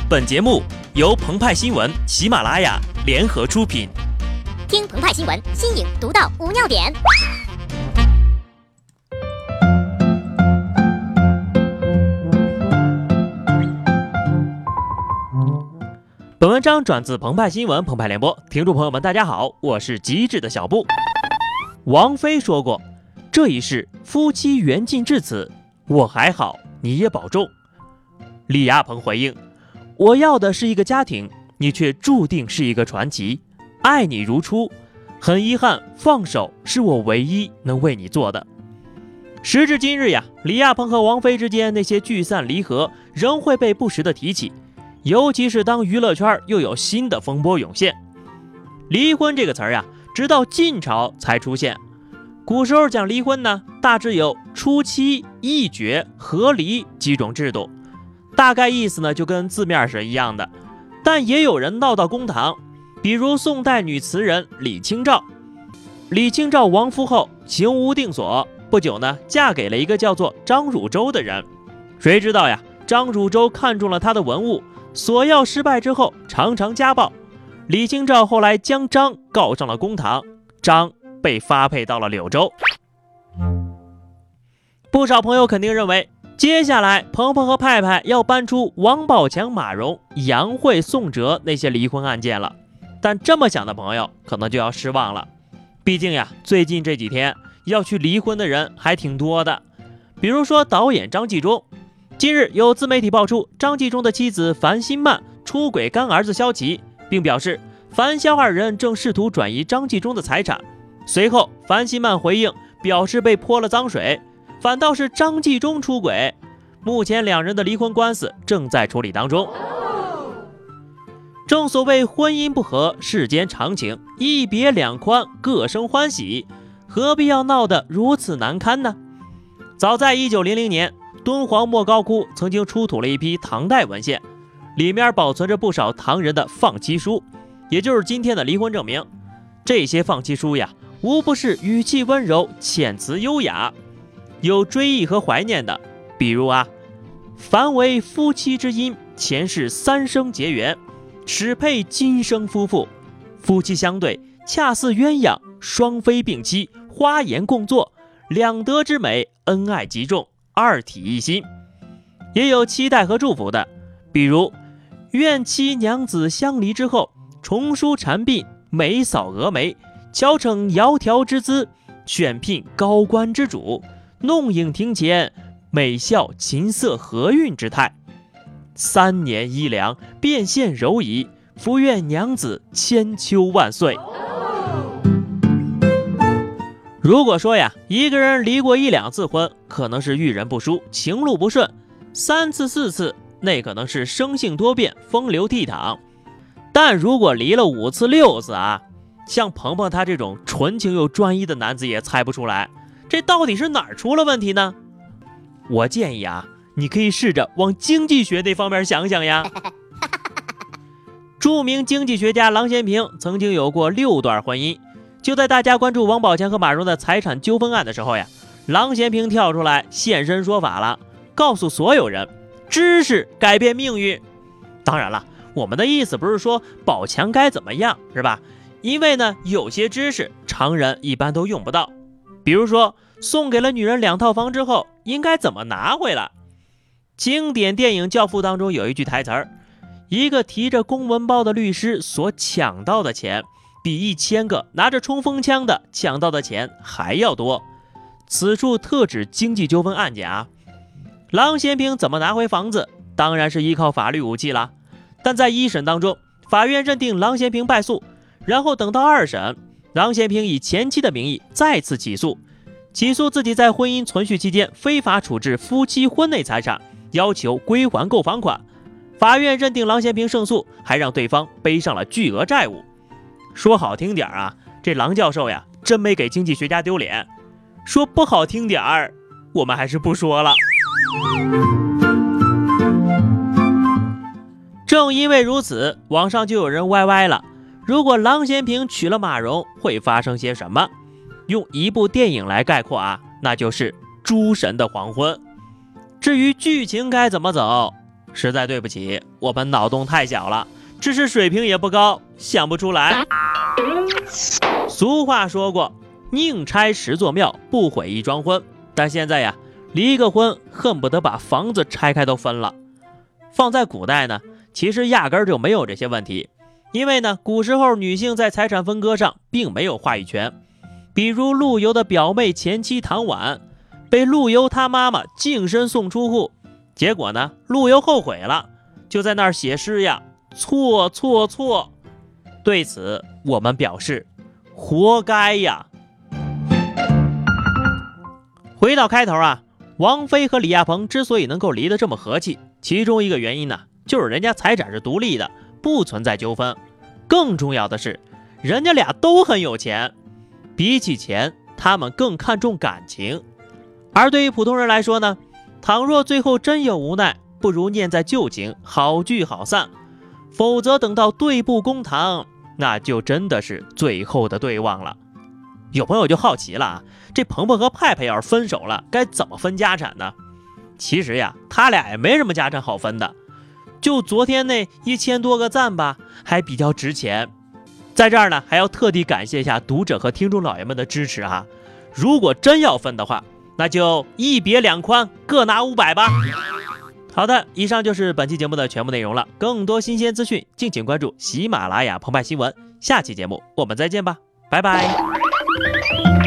本节目由澎湃新闻、喜马拉雅联合出品。 听澎湃新闻，新颖独到，无尿点。 本文章转自澎湃新闻、澎湃联播，听众朋友们，大家好，我是机智的小布。王菲说过，这一世夫妻缘尽至此，我还好，你也保重。李亚鹏回应，我要的是一个家庭，你却注定是一个传奇，爱你如初，很遗憾，放手是我唯一能为你做的。时至今日呀，李亚鹏和王菲之间那些聚散离合仍会被不时的提起，尤其是当娱乐圈又有新的风波涌现。离婚这个词儿呀，直到晋朝才出现。古时候讲离婚呢，大致有初期、议决、和离几种制度，大概意思呢就跟字面是一样的，但也有人闹到公堂，比如宋代女词人李清照。李清照亡夫后情无定所，不久呢嫁给了一个叫做张汝舟的人。谁知道呀，张汝舟看中了她的文物，索要失败之后常常家暴。李清照后来将张告上了公堂，张被发配到了柳州。不少朋友肯定认为，接下来鹏鹏和派派要搬出王宝强、马蓉、杨慧、宋哲那些离婚案件了，但这么想的朋友可能就要失望了。毕竟呀，最近这几天要去离婚的人还挺多的，比如说导演张纪中。近日有自媒体爆出张纪中的妻子樊欣曼出轨干儿子萧琪，并表示樊萧二人正试图转移张纪中的财产。随后樊欣曼回应表示被泼了脏水，反倒是张纪中出轨。目前两人的离婚官司正在处理当中。正所谓婚姻不和世间常情，一别两宽各生欢喜，何必要闹得如此难堪呢？早在1900年，敦煌莫高窟曾经出土了一批唐代文献，里面保存着不少唐人的放妻书，也就是今天的离婚证明。这些放妻书呀，无不是语气温柔、遣词优雅，有追忆和怀念的，比如凡为夫妻之音，前世三生结缘，始配今生夫妇，夫妻相对，恰似鸳鸯，双飞并栖，花颜共作，两得之美，恩爱极重，二体一心。也有期待和祝福的，比如愿妻娘子相离之后，重梳蝉鬓，眉扫蛾眉，乔逞窈窕之姿，选聘高官之主，弄影庭前，美笑琴瑟和韵之态。3年衣凉，便现柔仪，福愿娘子千秋万岁。如果说呀，一个人离过1、2次婚，可能是遇人不淑，情路不顺；3次、4次，那可能是生性多变，风流倜傥。但如果离了5次、6次像鹏鹏他这种纯情又专一的男子也猜不出来，这到底是哪儿出了问题呢？我建议你可以试着往经济学那方面想想呀。著名经济学家郎咸平曾经有过6段婚姻。就在大家关注王宝强和马蓉的财产纠纷案的时候呀，郎咸平跳出来现身说法了，告诉所有人，知识改变命运。当然了，我们的意思不是说宝强该怎么样，是吧？因为呢，有些知识常人一般都用不到，比如说送给了女人2套房之后应该怎么拿回来。经典电影《教父》当中有一句台词儿，一个提着公文包的律师所抢到的钱，比1000个拿着冲锋枪的抢到的钱还要多。此处特指经济纠纷案件郎咸平怎么拿回房子，当然是依靠法律武器啦。但在1审当中，法院认定郎咸平败诉，然后等到2审，郎咸平以前妻的名义再次起诉自己在婚姻存续期间非法处置夫妻婚内财产，要求归还购房款。法院认定郎咸平胜诉，还让对方背上了巨额债务。说好听点这郎教授呀，真没给经济学家丢脸；说不好听点我们还是不说了。正因为如此，网上就有人歪了，如果郎咸平娶了马蓉，会发生些什么？用一部电影来概括那就是诸神的黄昏。至于剧情该怎么走， 实在对不起，我们脑洞太小了，知识水平也不高，想不出来。俗话说过，宁拆10座庙，不毁一桩婚。但现在呀，离个婚恨不得把房子拆开都分了。放在古代呢，其实压根儿就没有这些问题，因为呢，古时候女性在财产分割上并没有话语权。比如陆游的表妹前妻唐婉，被陆游他妈妈净身送出户，结果呢，陆游后悔了，就在那儿写诗呀，错错错。对此我们表示，活该呀。回到开头啊，王菲和李亚鹏之所以能够离得这么和气，其中一个原因呢，就是人家财产是独立的，不存在纠纷。更重要的是，人家俩都很有钱，比起钱，他们更看重感情。而对于普通人来说呢，倘若最后真有无奈，不如念在旧情，好聚好散。否则等到对簿公堂，那就真的是最后的对望了。有朋友就好奇了啊，这鹏鹏和派派要是分手了，该怎么分家产呢？其实呀，他俩也没什么家产好分的，就昨天那1000多个赞吧，还比较值钱。在这儿呢，还要特地感谢一下读者和听众老爷们的支持啊！如果真要分的话，那就一别两宽，各拿500吧。好的，以上就是本期节目的全部内容了。更多新鲜资讯，敬请关注喜马拉雅澎湃新闻。下期节目我们再见吧，拜拜。